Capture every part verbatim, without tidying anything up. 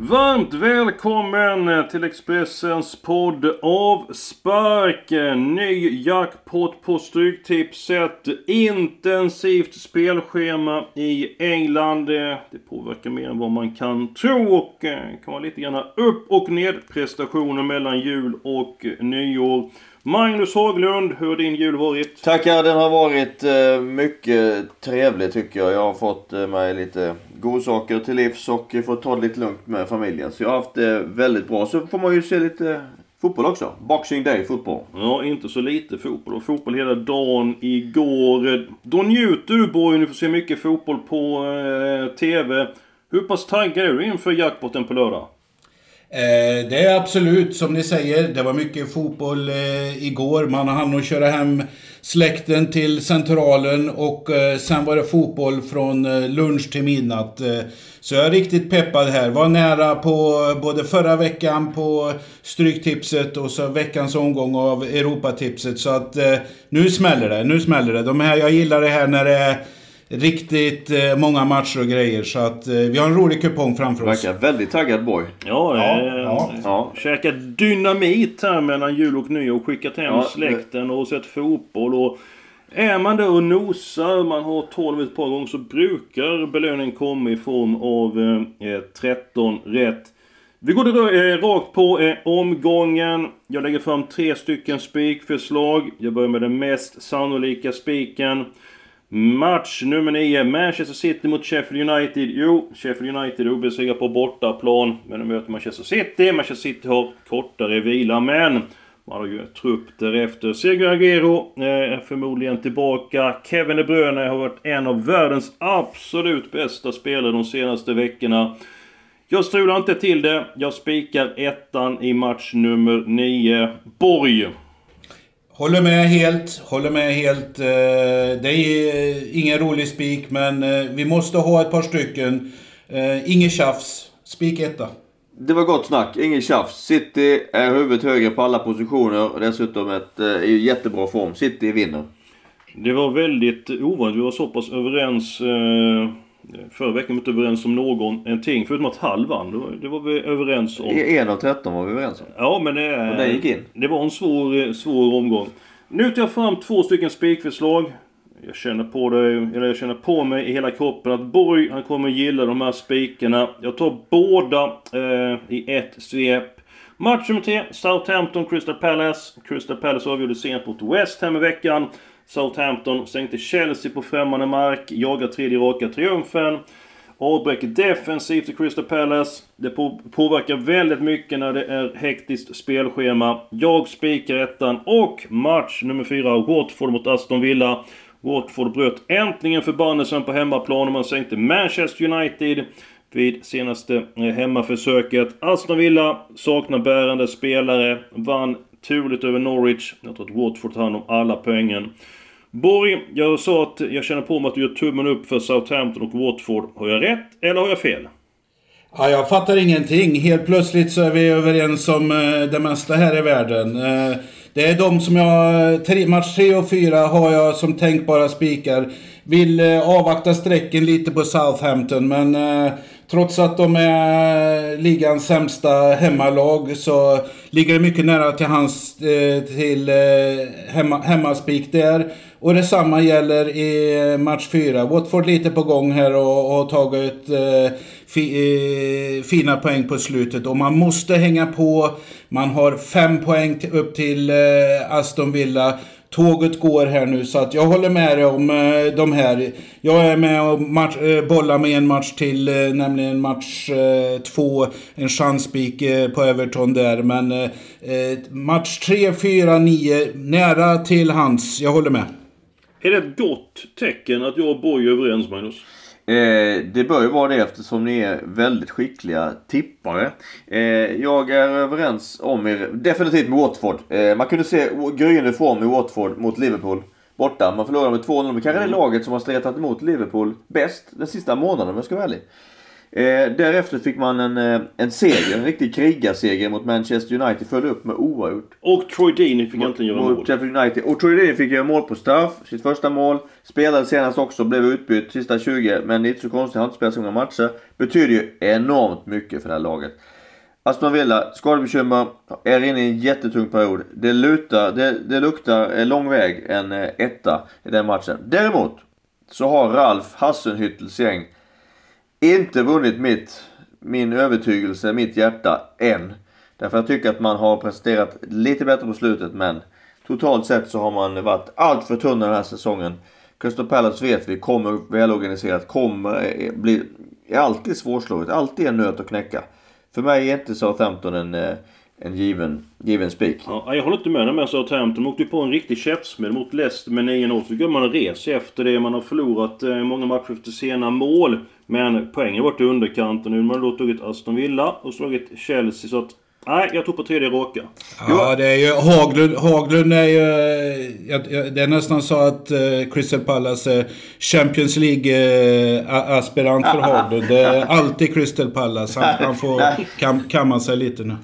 Varmt välkommen till Expressens podd Avspark. Ny jackpot på Stryktipset. Intensivt spelschema i England. Det påverkar mer än vad man kan tro och kan vara lite grann upp- och nedprestationer mellan jul och nyår. Magnus Haglund, hur har din jul varit? Tackar, den har varit eh, mycket trevlig tycker jag. Jag har fått eh, mig lite godsaker till livs och fått ta det lite lugnt med familjen. Så jag har haft det eh, väldigt bra. Så får man ju se lite fotboll också. Boxing Day fotboll. Ja, inte så lite fotboll. Och fotboll hela dagen igår. Då njuter du, Borg. Nu får se mycket fotboll på eh, tv. Hur pass taggad är du inför jackpoten på lördag? Eh, det är absolut som ni säger. Det var mycket fotboll eh, igår. Man hann att köra hem släkten till centralen och eh, sen var det fotboll från eh, lunch till midnatt. Eh, så jag är riktigt peppad här. Var nära på både förra veckan på Stryktipset och så veckans omgång av Europatipset. Så att eh, nu smäller det. Nu smäller det. De här, jag gillar det här när det är riktigt eh, många matcher och grejer. Så att eh, vi har en rolig kupong framför oss. Verkar väldigt taggad, boy. Ja, ja, eh, ja. ja. Käkat dynamit här mellan jul och nyår. Och skickat hem ja, släkten det... och sett fotboll. Och är man där och nosar, man har tolv ett par gånger, så brukar belöningen komma i form av eh, tretton rätt. Vi går då, eh, rakt på eh, omgången. Jag lägger fram tre stycken spikförslag. Jag börjar med den mest sannolika spiken. Match nummer nio, Manchester City mot Sheffield United. Jo, Sheffield United är obesegrade på bortaplan, men de möter Manchester City. Manchester City har kortare vila, men man har ju trupp därefter. Sergio Aguero är förmodligen tillbaka. Kevin De Bruyne har varit en av världens absolut bästa spelare de senaste veckorna. Jag strular inte till det. Jag spikar ettan i match nummer nio. Borg. Håller med helt, håller med helt. Det är ingen rolig spik, men vi måste ha ett par stycken. Inget tjafs, spik etta. Det var gott snack, ingen tjafs. City är huvudet högre på alla positioner och dessutom ett är i jättebra form. City vinner. Det var väldigt ovanligt, vi var så pass överens eh, förra veckan, inte överens om någonting, förutom att halvan, det var vi överens om. I en av tretton var vi överens om. Ja, men det, och det gick in. Det var en svår, svår omgång. Nu tar jag fram två stycken spikförslag. Jag känner på det, eller jag känner på mig i hela kroppen att Borg, han kommer gilla de här spikerna. Jag tar båda eh, i ett svep. Match nummer tre, Southampton Crystal Palace. Crystal Palace avgjorde sent mot West Ham i veckan. Southampton sänkte Chelsea på främmande mark, jagar tredje raka triumfen. Avbräcker defensivt i Crystal Palace. Det på, påverkar väldigt mycket när det är hektiskt spelschema. Jag spikar ettan. Och match nummer fyra, Watford mot Aston Villa. Watford bröt äntligen förbannelsen på hemmaplan och man sänkte Manchester United vid senaste hemmaförsöket. Aston Villa saknar bärande spelare, vann turligt över Norwich. Jag tror att Watford tar hand om alla poängen. Borg, jag sa att jag känner på mig att du gör tummen upp för Southampton och Watford. Har jag rätt eller har jag fel? Ja, jag fattar ingenting. Helt plötsligt så är vi överens om eh, det mesta här i världen. Eh, det är de som jag... Tre, match tre och fyra har jag som tänkbara spikar. Vill eh, avvakta sträcken lite på Southampton, men eh, trots att de är ligans sämsta hemmalag så ligger det mycket nära till hans eh, till eh, hemma, hemmaspik där. Och detsamma gäller i match fyra. Watford lite på gång här och har tagit eh, fi, eh, fina poäng på slutet. Och man måste hänga på. Man har fem poäng till, upp till eh, Aston Villa. Tåget går här nu, så att jag håller med dig om eh, de här. Jag är med och match, eh, bollar med en match till, eh, nämligen match eh, två. En chansspik eh, på Everton där. Men eh, match tre, fyra, nio nära till hans. Jag håller med. Är det ett gott tecken att jag och Borg är överens, Magnus? Eh, det bör ju vara det eftersom ni är väldigt skickliga tippare. Eh, jag är överens om er definitivt med Watford. Eh, man kunde se gryende form i Watford mot Liverpool borta. Man förlorade med två noll, men kanske det laget som har stretat emot Liverpool bäst den sista månaden, om jag ska vara ärlig. Eh, därefter fick man en, eh, en seger, en riktig krigarseger mot Manchester United, följde upp med oavgjort. Och Troy Deeney fick äntligen göra mål. Sheffield United. Och Troy Deeney fick göra mål på straff, sitt första mål. Spelade senast också, blev utbytt sista tjugo, men det är inte så konstigt, han har inte spelat så många matcher. Betyder ju enormt mycket för det här laget. Aston Villa, skadebekymmer, är inne i en jättetung period. Det, lutar, det, det luktar en lång väg en etta i den matchen. Däremot så har Ralf Hasenhüttls gäng inte vunnit mitt, min övertygelse, mitt hjärta än. Därför jag tycker att man har presterat lite bättre på slutet, men totalt sett så har man varit allt för tunna den här säsongen. Crystal Palace vet vi kommer välorganiserat, kommer bli, är alltid svårslaget, alltid en nöt att knäcka. För mig är inte Southampton en, en given, given spik. Ja, jag håller inte med med Southampton. De åkte på en riktig käftsmäll mot Leicester med nio noll. Så gör man en resa efter det. Man har förlorat eh, många matcher efter sena mål. Men poängen har varit i underkanten. Nu har man då tagit Aston Villa och slagit Chelsea. Så att, nej, jag tog på tredje råka. Ja, det är ju Haglund, Haglund är ju, det är nästan så att uh, Crystal Palace är Champions League-aspirant uh, för Haglund. Det är alltid Crystal Palace. Han, han får kam, kamma sig lite nu.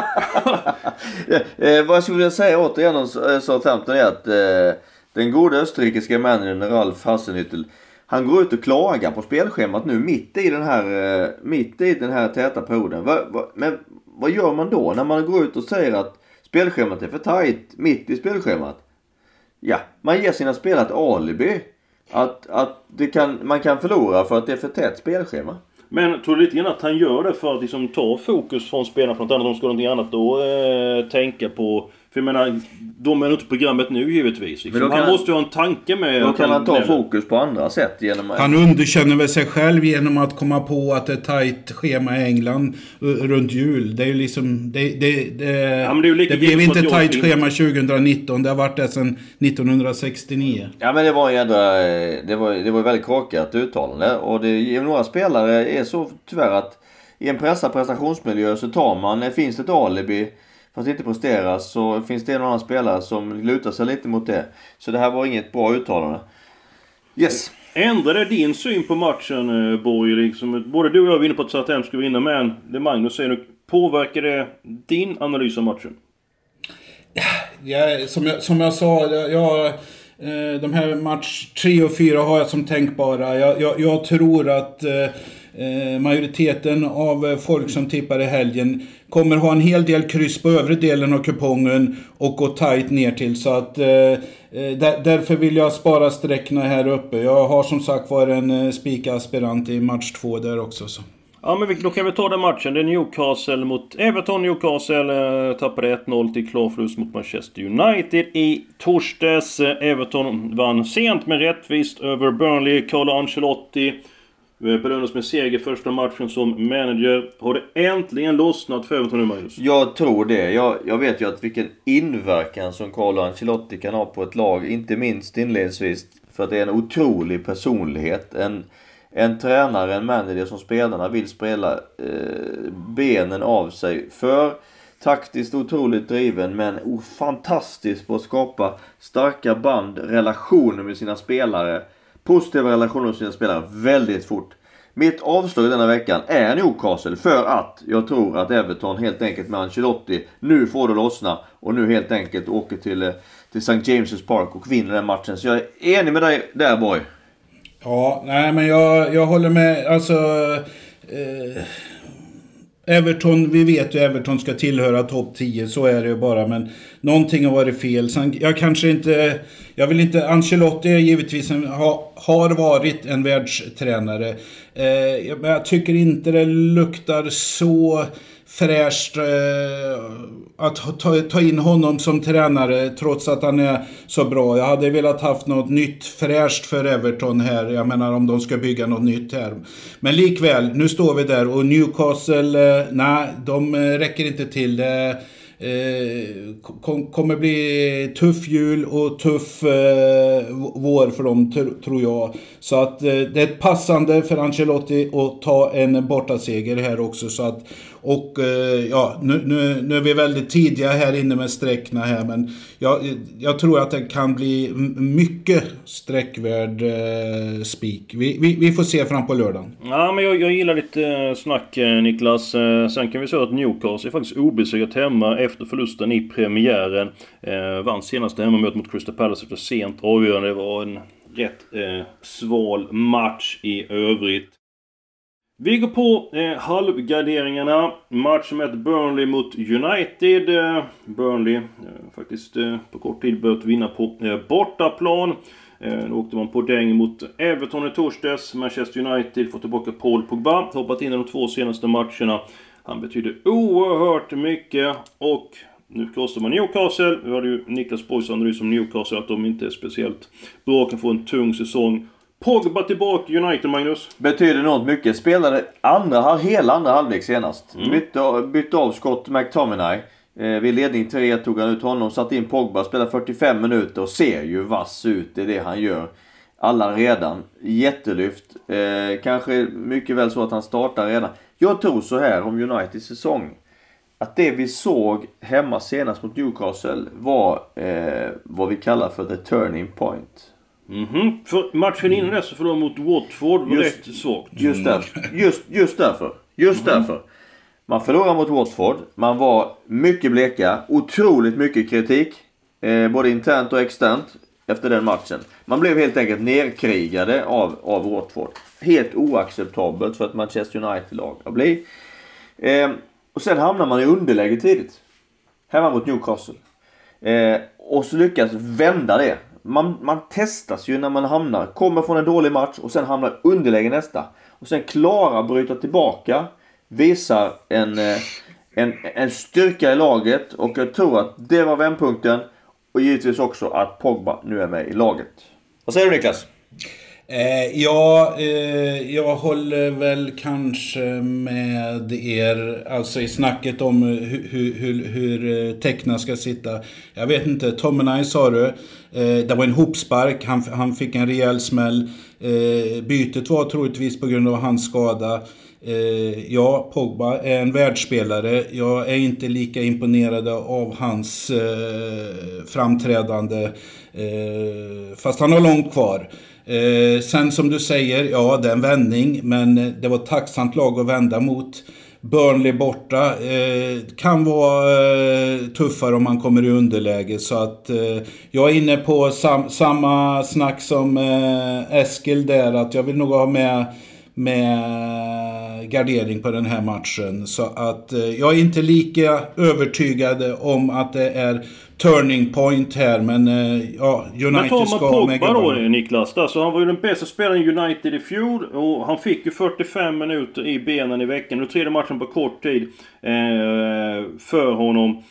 eh, vad jag skulle vilja säga återigen om Southampton är att eh, den goda österrikiska mannen Ralf Hasenhüttl, han går ut och klagar på spelschemat nu mitt i den här, eh, mitt i den här täta perioden. Va, va, men vad gör man då när man går ut och säger att spelschemat är för tajt mitt i spelschemat? Ja, man ger sina spelare ett alibi. Att, att det kan, man kan förlora för att det är för tätt spelschema. Men tror du lite grann att han gör det för att liksom ta fokus från spelarna från något annat? De ska någonting annat då eh, tänka på. För jag menar, de är inte programmet nu givetvis. Liksom. Han, han måste ju ha en tanke med... Då kan han ta fokus på andra sätt genom... Han underkänner väl sig själv genom att komma på att det är tajt schema i England runt jul. Det är ju liksom... Det, det, det, ja, det, det blev inte tajt schema tjugonitton. Det har varit det sedan nittonhundrasextionio. Ja, men det var jädra... Det var, det var väldigt korkat uttalande. Och det, några spelare är så tyvärr att i en pressad prestationsmiljö så tar man... Finns det ett alibi... Fast inte presteras, så finns det en annan spelare som lutar sig lite mot det. Så det här var inget bra uttalande. Yes. Ändrade din syn på matchen, Borg? Liksom, både du och jag var inne på att Southampton skulle vinna, men det Magnus säger nu, påverkar det din analys av matchen? Ja, som, jag, som jag sa, jag, de här match tre och fyra har jag som tänkbara. Jag, jag, jag tror att eh, majoriteten av folk som tippar i helgen kommer ha en hel del kryss på övre delen av kupongen och gå tight ner till. Så att eh, där, därför vill jag spara sträckna här uppe. Jag har som sagt varit en eh, spikaspirant i match två där också. Så. Ja, men då kan vi ta den matchen. Det är Newcastle mot Everton. Newcastle eh, tappade ett noll till klar förlust mot Manchester United i torsdags. Everton vann sent men rättvist över Burnley. Carlo Ancelotti belönas med seger första matchen som manager. Har det äntligen lossnat för Everton nu, Magnus? Jag tror det. Jag, jag vet ju att vilken inverkan som Carlo Ancelotti kan ha på ett lag. Inte minst inledningsvis. För att det är en otrolig personlighet. En, en tränare, en manager som spelarna vill spela eh, benen av sig för. Taktiskt otroligt driven, men oh, fantastisk på att skapa starka band, relationer med sina spelare. Positiva relationer med sina spelare väldigt fort. Mitt avslag denna veckan är Newcastle, för att jag tror att Everton helt enkelt med Ancelotti nu får det lossna och nu helt enkelt åker till, till Saint James's Park och vinner den matchen. Så jag är enig med dig där, boy. Ja, nej men jag, jag håller med. Alltså eh, Everton, vi vet ju Everton ska tillhöra topp tio, så är det ju bara, men någonting har varit fel. Sen, jag kanske inte, jag vill inte, Ancelotti är givetvis en, ha, har varit en världstränare. Eh, men jag tycker inte det luktar så fräscht eh, att ta, ta in honom som tränare trots att han är så bra. Jag hade velat haft något nytt fräscht för Everton här. Jag menar om de ska bygga något nytt här. Men likväl, nu står vi där och Newcastle, eh, nej, de räcker inte till. Eh, eh, kom, kommer bli tuff jul och tuff eh, vår för dem, tr- tror jag. Så att eh, det är ett passande för Ancelotti att ta en bortaseger här också. Så att, och eh, ja, nu, nu, nu är vi väldigt tidiga här inne med sträckna här, men jag, jag tror att det kan bli mycket sträckvärd eh, spik. Vi, vi, vi får se fram på lördagen. Ja, men jag, jag gillar lite snack, Niklas. Sen kan vi säga att Newcastle är faktiskt obesegrat hemma efter förlusten i premiären. Eh, vann senaste hemmamötet mot Crystal Palace efter sent avgörande. Det var en rätt eh, sval match i övrigt. Vi går på eh, halvgarderingarna. Match med Burnley mot United. Eh, Burnley eh, faktiskt eh, på kort tid börjat vinna på eh, bortaplan. Eh, nu åkte man på däng mot Everton i torsdags. Manchester United får tillbaka Paul Pogba. Hoppat in i de två senaste matcherna. Han betyder oerhört mycket. Och nu kostar man Newcastle. Vi hade ju Niklas Boys analys om Newcastle, att de inte är speciellt bra, kan få en tung säsong. Pogba tillbaka United, Magnus. Betyder något mycket. Spelade andra, hela andra halvlek senast. Mm. Bytte, bytte av Scott McTominay. Eh, vid ledning tre tog han ut honom, satt in Pogba, spelade fyrtiofem minuter och ser ju vass ut. Det är det han gör. Alla redan. Jättelyft. Eh, kanske mycket väl så att han startar redan. Jag tror så här om Uniteds säsong. Att det vi såg hemma senast mot Newcastle var eh, vad vi kallar för the turning point. Mm-hmm. För matchen innan dess så förlorade mot Watford var just, rätt svagt. Just, där, just, just därför. Just mm. därför. Man förlorade mot Watford. Man var mycket bleka. Otroligt mycket kritik. Eh, både internt och externt. Efter den matchen. Man blev helt enkelt nerkrigade av, av Watford. Helt oacceptabelt för ett Manchester United-lag att bli. Eh, och sen hamnar man i underläge tidigt. Hemma mot Newcastle. Eh, och så lyckas vända det. Man, man testas ju när man hamnar. Kommer från en dålig match och sen hamnar underläge nästa. Och sen klara bryta tillbaka. Visar en, en, en styrka i laget. Och jag tror att det var vändpunkten. Och givetvis också att Pogba nu är med i laget. Vad säger du, Niklas? Eh, ja, eh, jag håller väl kanske med er, alltså i snacket om hur, hur, hur, hur teckna ska sitta. Jag vet inte, Tominay sa du, eh, det var en hopspark, han, han fick en rejäl smäll. Eh, bytet var troligtvis på grund av hans skada. Eh, ja, Pogba är en världsspelare. Jag är inte lika imponerad av hans eh, framträdande, eh, fast han har långt kvar. Eh, sen som du säger, ja, det är en vändning, men det var ett tacksamt lag att vända mot. Burnley borta eh, kan vara eh, tuffare om man kommer i underläge, så att eh, jag är inne på sam- samma snack som eh, Eskil där, att jag vill nog ha med med gardering på den här matchen, så att eh, jag är inte lika övertygad om att det är turning point här, men eh, ja, United ska med Pogba då, Niklas, alltså, han var ju den bästa spelaren i United i fjol och han fick ju fyrtiofem minuter i benen i veckan. Nu tredje matchen på kort tid eh, för honom.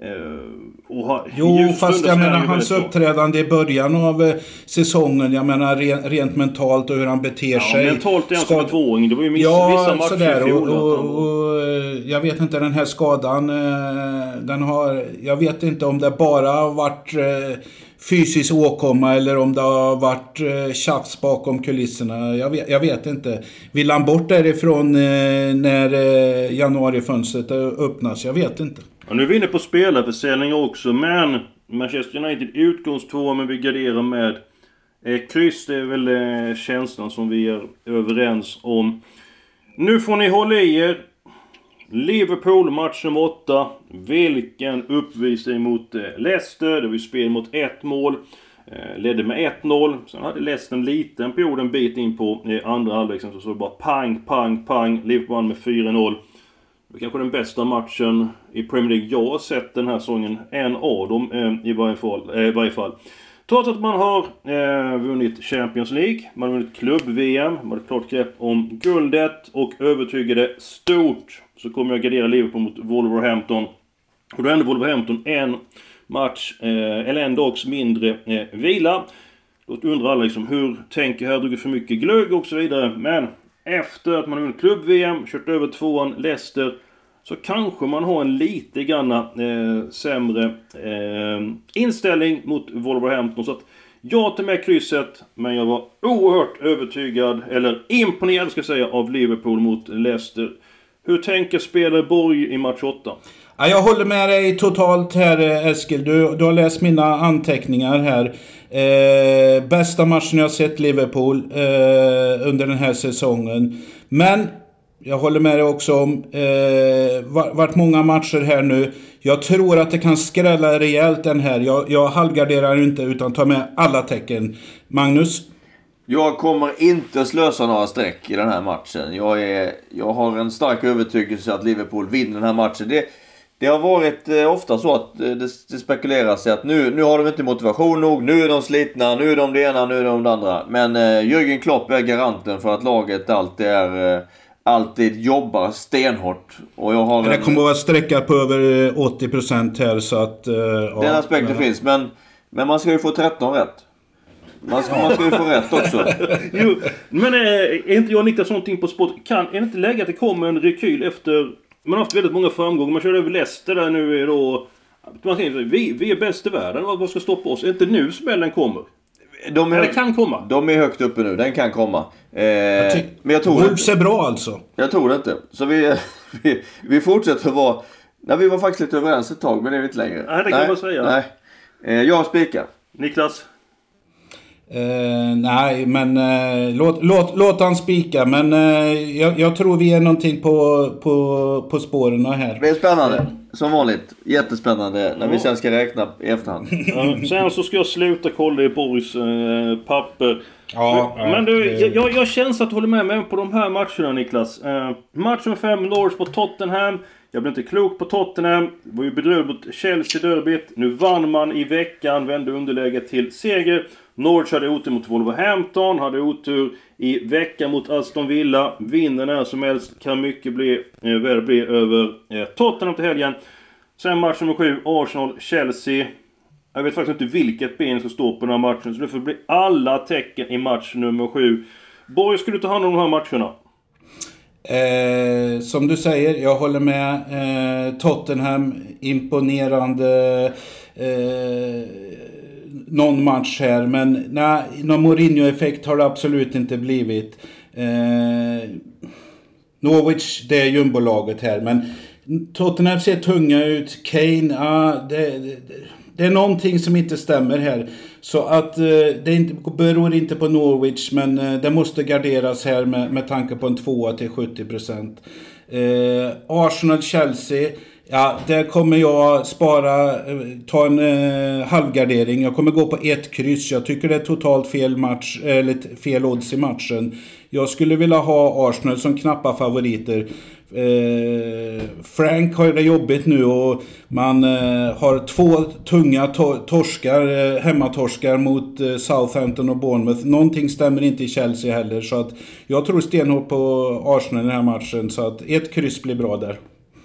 Uh, och ha, jo, fast jag menar hans uppträdande i början av eh, säsongen, jag menar ren, rent mentalt och hur han beter ja, sig. Mentalt är han som tvååring, det var ju miss, ja, vissa matcher sådär, i fjol. Och, och, och, jag vet inte, den här skadan, eh, den har, jag vet inte om det bara har varit eh, fysisk åkomma eller om det har varit eh, tjafs bakom kulisserna. Jag vet, jag vet inte. Vill han bort därifrån eh, när eh, januarifönstret öppnas? Jag vet inte. Ja, nu är vi inne på spelarförsäljning också, men Manchester United utgångstvå, men vi garderar med eh, kryss. Det är väl eh, känslan som vi är överens om. Nu får ni hålla i er. Liverpool, match nummer åtta. Vilken uppvisning mot eh, Leicester. Det var ju spel mot ett mål. Eh, ledde med ett noll. Sen hade Leicester en liten period, en bit in på eh, andra halvlek. Så såg det bara pang, pang, pang. Liverpool vann med fyra noll. Det är kanske den bästa matchen i Premier League jag har sett den här säsongen. En av dem eh, i varje fall. Eh, varje fall. Trots att man har eh, vunnit Champions League, man har vunnit klubb-V M, man har ett klart grepp om guldet och övertygade stort, så kommer jag gardera Liverpool mot Wolverhampton. Och då ändå Wolverhampton en match, eh, eller en dags mindre eh, vila. Då undrar alla liksom, hur tänker jag här, druckit för mycket glögg och så vidare. Men efter att man har vunnit klubb-V M, kört över tvåan Leicester, så kanske man har en lite grann eh, sämre eh, inställning mot Wolverhampton. Så att jag tar med krysset, men jag var oerhört övertygad, eller imponerad ska jag säga, av Liverpool mot Leicester. Hur tänker spelare Borg i match åtta? Ja, jag håller med dig totalt här, Eskil. Du, du har läst mina anteckningar här. Eh, bästa matchen jag har sett Liverpool eh, under den här säsongen. Men jag håller med dig också om eh, vart många matcher här nu. Jag tror att det kan skrälla rejält den här. Jag, jag halvgarderar inte utan tar med alla tecken. Magnus? Jag kommer inte slösa några streck i den här matchen. Jag, är, jag har en stark övertygelse att Liverpool vinner den här matchen. Det, det har varit eh, ofta så att eh, det, det spekuleras i att nu, nu har de inte motivation nog. Nu är de slitna, nu är de det ena, nu är de det andra. Men eh, Jürgen Klopp är garanten för att laget alltid är... Eh, alltid jobbar stenhårt. Och jag har det en, kommer att vara sträckat på över åttio procent här så att... Uh, den ja, aspekten men... finns. Men, men man ska ju få tretton rätt. Man ska, man ska ju få rätt också. Jo, men är inte jag Niklas någonting på sport? Kan, är det inte läge att det kommer en rekyl efter... Man har haft väldigt många framgångar. Man kör över Leicester där nu är då... Man säger, vi, vi är bäst i världen. Vad ska stoppa oss? Är inte nu smällen kommer? De är, det kan komma. De är högt uppe nu. Den kan komma. Eh, jag ty- men jag tror Wolves är bra alltså. Jag tror det inte. Så vi, vi, vi fortsätter vara... Nej, vi var faktiskt lite överens ett tag, men det är inte längre. Nej, det kan nej, man säga. Nej. Eh, jag spikar. Niklas? Eh, nej, men eh, låt, låt, låt han spika. Men eh, jag, jag tror vi är någonting på, på, på spåren här. Det är spännande. Som vanligt. Jättespännande när ja. vi sen ska räkna i efterhand. Ja, sen så ska jag sluta kolla i Borgs eh, papper. Ja, men, men du, det... jag, jag känns att du håller med mig på de här matcherna, Niklas. Eh, match nummer fem, Norwich på Tottenham. Jag blev inte klok på Tottenham. Det var ju bedrövligt mot Chelsea-derbyt. Nu vann man i veckan, vände underläget till seger. Norwich hade otur mot Wolverhampton, hade otur i veckan mot Aston Villa. Vinner när som helst, kan mycket bli, eh, väl bli över eh, Tottenham till helgen. Sen match nummer sju, Arsenal-Chelsea. Jag vet faktiskt inte vilket ben som står på den här matchen, så det får bli alla tecken i match nummer sju. Borg, skulle du ta hand om de här matcherna? Eh, som du säger, jag håller med. Eh, Tottenham, imponerande eh, någon match här. Men nej, någon Mourinho-effekt har det absolut inte blivit. Eh, Norwich, det är jumbolaget här. Men Tottenham ser tunga ut. Kane, ah, det, det, det är någonting som inte stämmer här. Så att eh, det inte, beror inte på Norwich, men eh, det måste garderas här med, med tanke på en tvåa till sjuttio procent. Eh, Arsenal-Chelsea, ja, där kommer jag spara, eh, ta en eh, halvgardering. Jag kommer gå på ett kryss. Jag tycker det är totalt fel match, eller fel odds i matchen. Jag skulle vilja ha Arsenal som knappa favoriter. Eh, Frank har det jobbigt nu och man eh, har två tunga to- torskar, eh, hemmatorskar mot eh, Southampton och Bournemouth. Någonting stämmer inte i Chelsea heller, så att jag tror stenhårt på Arsenal i den här matchen, så att ett kryss blir bra där.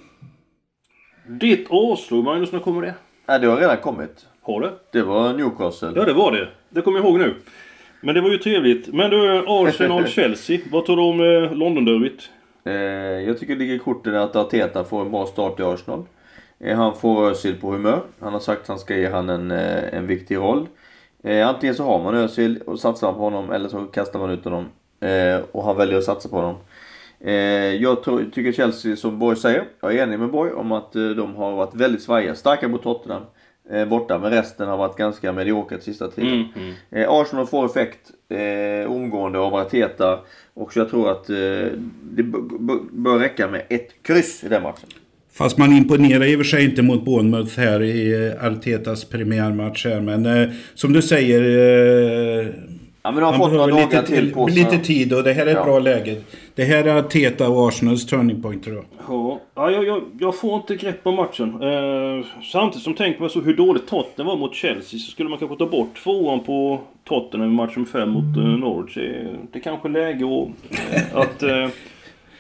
Ditt avslog, Magnus, när kommer det? Nej, det har redan kommit. Har det? Det var Newcastle. Ja, det var det. Det kommer jag ihåg nu. Men det var ju trevligt. Men du, Arsenal-Chelsea, vad tror du om eh, London-derbyt? Eh, jag tycker det ligger korten att Arteta får en bra start i Arsenal. Eh, han får Özil på humör. Han har sagt att han ska ge han en, eh, en viktig roll. Eh, antingen så har man Özil och satsar på honom, eller så kastar man ut honom. Eh, och han väljer att satsa på honom. Eh, jag tror, tycker Chelsea, som Borg säger, jag är enig med Borg om att eh, de har varit väldigt svajiga. Starka mot Tottenham eh, borta, men resten har varit ganska mediokert sista tiden. Mm, mm. Eh, Arsenal får effekt eh, omgående av Arteta, och så jag tror att eh, det b- b- bör räcka med ett kryss i den matchen. Fast man imponerar i och för sig inte mot Bournemouth här i Artetas premiärmatch här, men eh, som du säger, eh, ja, men de har fått några dagar lite, till på sig. Lite tid, och det här är ett ja. bra läge. Det här är Arteta och Arsenals turning point då. Ja, ja jag, jag, jag får inte grepp på matchen. Eh, samtidigt som tänker man så hur dåligt Tottenham var mot Chelsea, så skulle man kanske ta bort tvåan på Tottenham i matchen fem mot eh, Norwich. Det, det är kanske läge och, eh, att... Eh,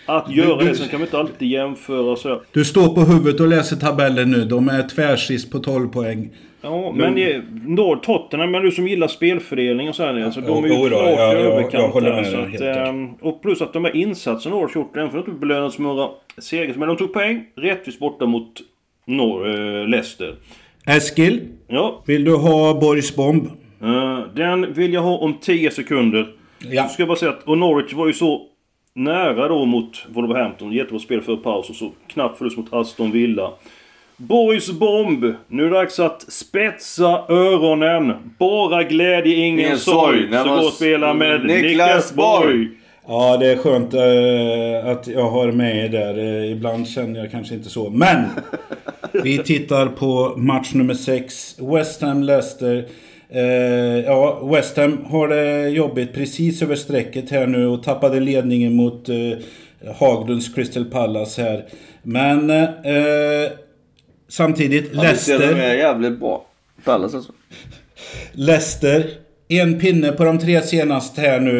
att göra du, det, sen kan vi inte alltid jämföra så. Du står på huvudet och läser tabellen nu. De är tvärsist på tolv poäng. Ja, men det, då Tottenham, men du som gillar spelfördelning och så här, alltså, de är ju oh, klart ja, i överkant jag, jag så att, ähm, och plus att de här insatserna har gjort, den får inte belönas med några segrar, men de tog poäng rättvist borta mot Nor- äh, Leicester. Eskil, ja. Vill du ha Borgs bomb? Uh, den vill jag ha om tio sekunder. Ja. Så ska jag bara säga att och Norwich var ju så nära då mot Wolverhampton. Jättebra spel för paus och så knappt förlust mot Aston Villa. Boys bomb. Nu är det dags att spetsa öronen. Bara glädje, ingen, ingen sorg. Så gå och spela med Niklas, Niklas Borg. Ja, det är skönt äh, att jag har med där. Äh, ibland känner jag kanske inte så. Men vi tittar på match nummer sex. West Ham Leicester. Uh, ja, West Ham har det jobbigt precis över strecket här nu och tappade ledningen mot uh, Haglunds Crystal Palace här. Men uh, samtidigt ja, Leicester är jävligt bra. Palace alltså. Leicester en pinne på de tre senaste här nu.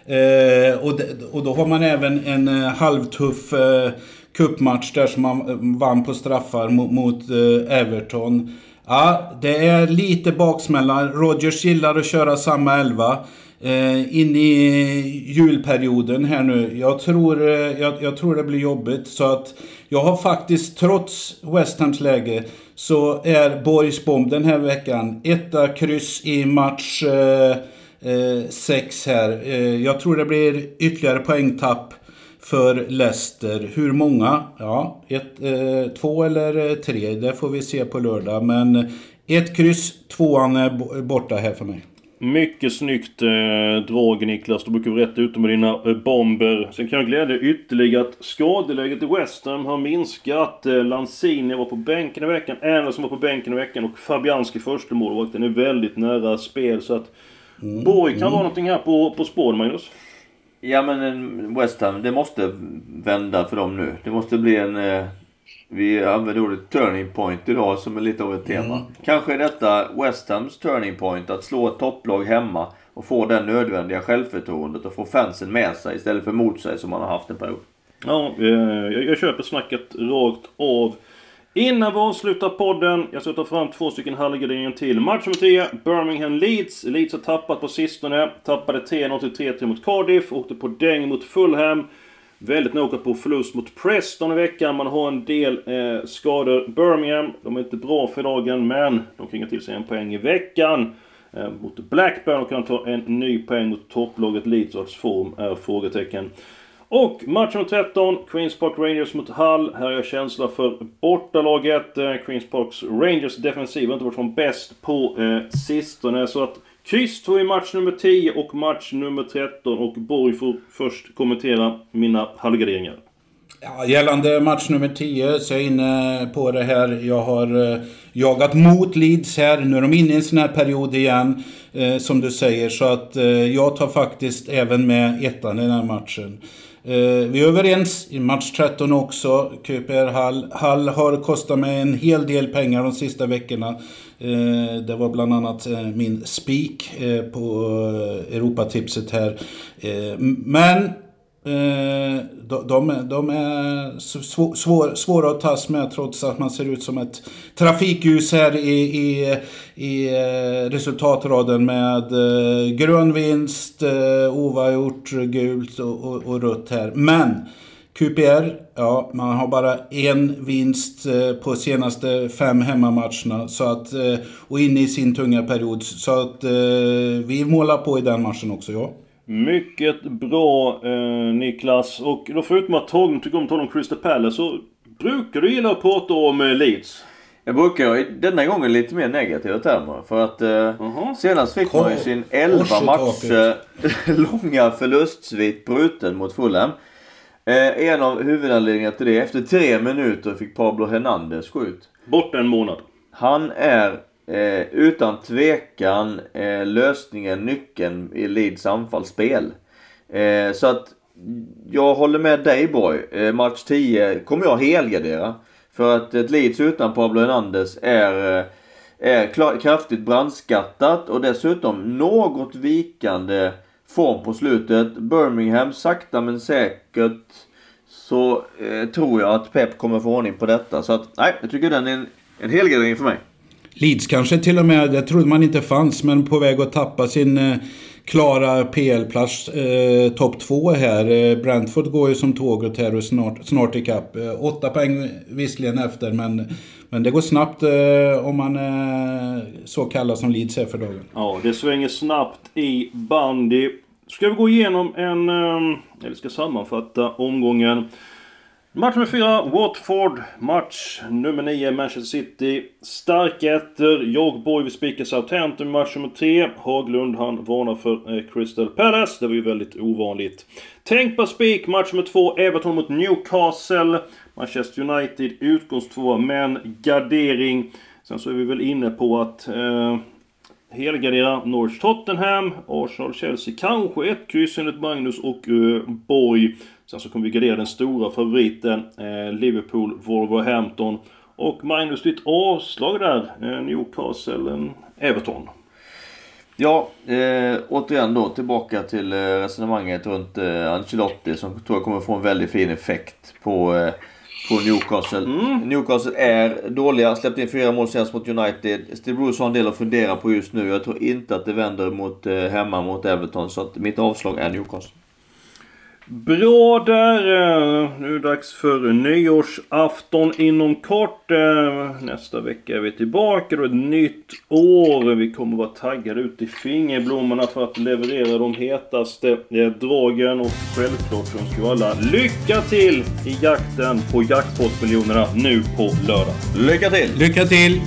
Uh, och, de, och då har man även en uh, halvtuff uh, cupmatch där som man vann på straffar mot, mot uh, Everton. Ja, det är lite baksmälla. Rodgers gillar att köra samma elva eh, in i julperioden här nu. Jag tror, eh, jag, jag tror det blir jobbigt. Så att jag har faktiskt, trots West Hams läge, så är Borgs bomb den här veckan etta kryss i match eh, eh, sex här. Eh, jag tror det blir ytterligare poängtapp för Leicester. Hur många? Ja, ett, eh, två eller tre. Det får vi se på lördag. Men ett kryss, tvåan är borta här för mig. Mycket snyggt eh, drag, Niklas. Du brukar rätta ut med dina eh, bomber. Sen kan jag glädja ytterligare att skadeläget i West Ham har minskat. Eh, Lanzini var på bänken i veckan. Anderson var på bänken i veckan. Och Fabianski första målvakten är väldigt nära spel. Så att mm, Borg kan mm. vara någonting här på, på spår, Magnus. Ja, men West Ham, det måste vända för dem nu. Det måste bli en... Eh, vi använder ordet turning point idag som är lite av ett tema. Mm. Kanske är detta West Hams turning point, att slå ett topplag hemma och få den nödvändiga självförtroendet och få fansen med sig istället för mot sig som man har haft en period. Ja, eh, jag, jag köper snacket rakt av. Innan vi avslutar podden, jag ska ta fram två stycken halvgarderingar till. Match nummer tio, Birmingham Leeds. Leeds har tappat på sistone. Tappade tre noll till tre tre mot Cardiff. Åkte på däng mot Fulham. Väldigt noga på förlust mot Preston i veckan. Man har en del eh, skador. Birmingham, de är inte bra för dagen, men de kan till sig en poäng i veckan. Eh, mot Blackburn och kan ta en ny poäng mot topplaget Leeds, och form är frågetecken. Och match nummer tretton, Queens Park Rangers mot Hull. Här har jag känsla för bortalaget. Queens Parks Rangers defensiv har inte varit som bäst på eh, sistone. Så att kryss två i match nummer tio och match nummer tretton. Och Borg får först kommentera mina halvgarderingar. Ja, gällande match nummer tio så är jag inne på det här. Jag har eh, jagat mot Leeds här. Nu är de inne i en sån här period igen, eh, som du säger. Så att eh, jag tar faktiskt även med ettan i den här matchen. Eh, vi är överens i match tretton också. Q P R Hull. Hull har kostat mig en hel del pengar de sista veckorna. Eh, det var bland annat eh, min spik eh, på eh, Europatipset här. Eh, men Eh, de, de, de är svår, svår, svåra att tas med, trots att man ser ut som ett trafikljus här i, i, i resultatraden med eh, grön vinst, eh, oavgjort, gult och, och, och rött här. Men Q P R, ja, man har bara en vinst eh, på senaste fem hemmamatcherna, så att, eh, och inne i sin tunga period, så att eh, vi målar på i den matchen också, ja. Mycket bra, eh, Niklas. Och då förutom att Torgny tycker om att tala om Crystal Palace, så brukar du gilla att prata om eh, Leeds? Jag brukar denna gången lite mer negativa termer. För att eh, uh-huh. senast fick man ju sin elva match eh, långa förlustsvit bruten mot Fulham. Eh, en av huvudanledningarna till det, efter tre minuter fick Pablo Hernandez gå ut. Bort en månad. Han är Eh, utan tvekan eh, lösningen, nyckeln i Leeds anfallsspel. Eh, så att jag håller med dig, Boy. Eh, match tio kommer jag helgardera. För att ett Leeds utan Pablo Hernandez är, är klar, kraftigt brandskattat och dessutom något vikande form på slutet. Birmingham sakta men säkert så eh, tror jag att Pep kommer få ordning på detta. Så att, nej, jag tycker den är en, en helgardering för mig. Leeds kanske till och med, det trodde man inte fanns, men på väg att tappa sin eh, klara P L-plats eh, topp två här. Eh, Brentford går ju som tåget här och snart, snart ikapp. Eh, åtta poäng visserligen efter, men, men det går snabbt eh, om man eh, så kallad som Leeds är för dagen. Ja, det svänger snabbt i bandy. Ska vi gå igenom en, eh, eller ska sammanfatta omgången. Match nummer fyra, Watford. Match nummer nio, Manchester City. Stark efter. Jag, Borg, vi spikar Southampton. Match nummer tre. Haglund, han varnar för eh, Crystal Palace. Det var ju väldigt ovanligt. Tänk på spik. Match nummer två, Everton mot Newcastle. Manchester United utgångstvå, men gardering. Sen så är vi väl inne på att eh, helgardera Norwich Tottenham. Arsenal Chelsea. Kanske ett kryss enligt Magnus och eh, Borg. Sen så kommer vi gardera den stora favoriten eh, Liverpool, Wolverhampton. Och Magnus, ditt avslag där, eh, Newcastle, eh, Everton. Ja, eh, återigen då tillbaka till eh, resonemanget runt eh, Ancelotti som tror jag kommer få en väldigt fin effekt på, eh, på Newcastle. Mm. Newcastle är dåliga, släppt in fyra mål senast mot United. Steve Bruce har en del att fundera på just nu. Jag tror inte att det vänder mot, eh, hemma mot Everton, så att mitt avslag är Newcastle. Bra där. Nu är det dags för nyårsafton inom kort. Nästa vecka är vi tillbaka. Då är ett nytt år. Vi kommer vara taggade ut i fingerblommorna för att leverera de hetaste dragen. Och självklart så önskar vi alla lycka till i jakten på jackpot-miljonerna nu på lördag. Lycka till! Lycka till!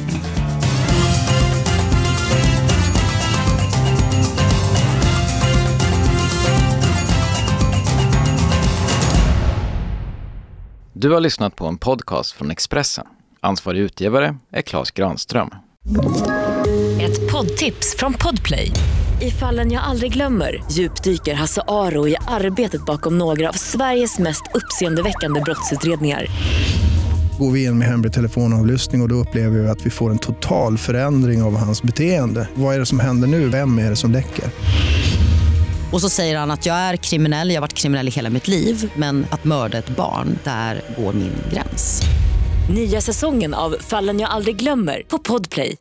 Du har lyssnat på en podcast från Expressen. Ansvarig utgivare är Claes Granström. Ett poddtips från Podplay. I Fallen jag aldrig glömmer djupdyker Hasse Aro i arbetet bakom några av Sveriges mest uppseendeväckande brottsutredningar. Går vi in med hemlig telefonavlyssning och då upplever vi att vi får en total förändring av hans beteende. Vad är det som händer nu? Vem är det som läcker? Och så säger han att jag är kriminell, jag har varit kriminell i hela mitt liv. Men att mörda ett barn, där går min gräns. Nya säsongen av Fallen jag aldrig glömmer på Podplay.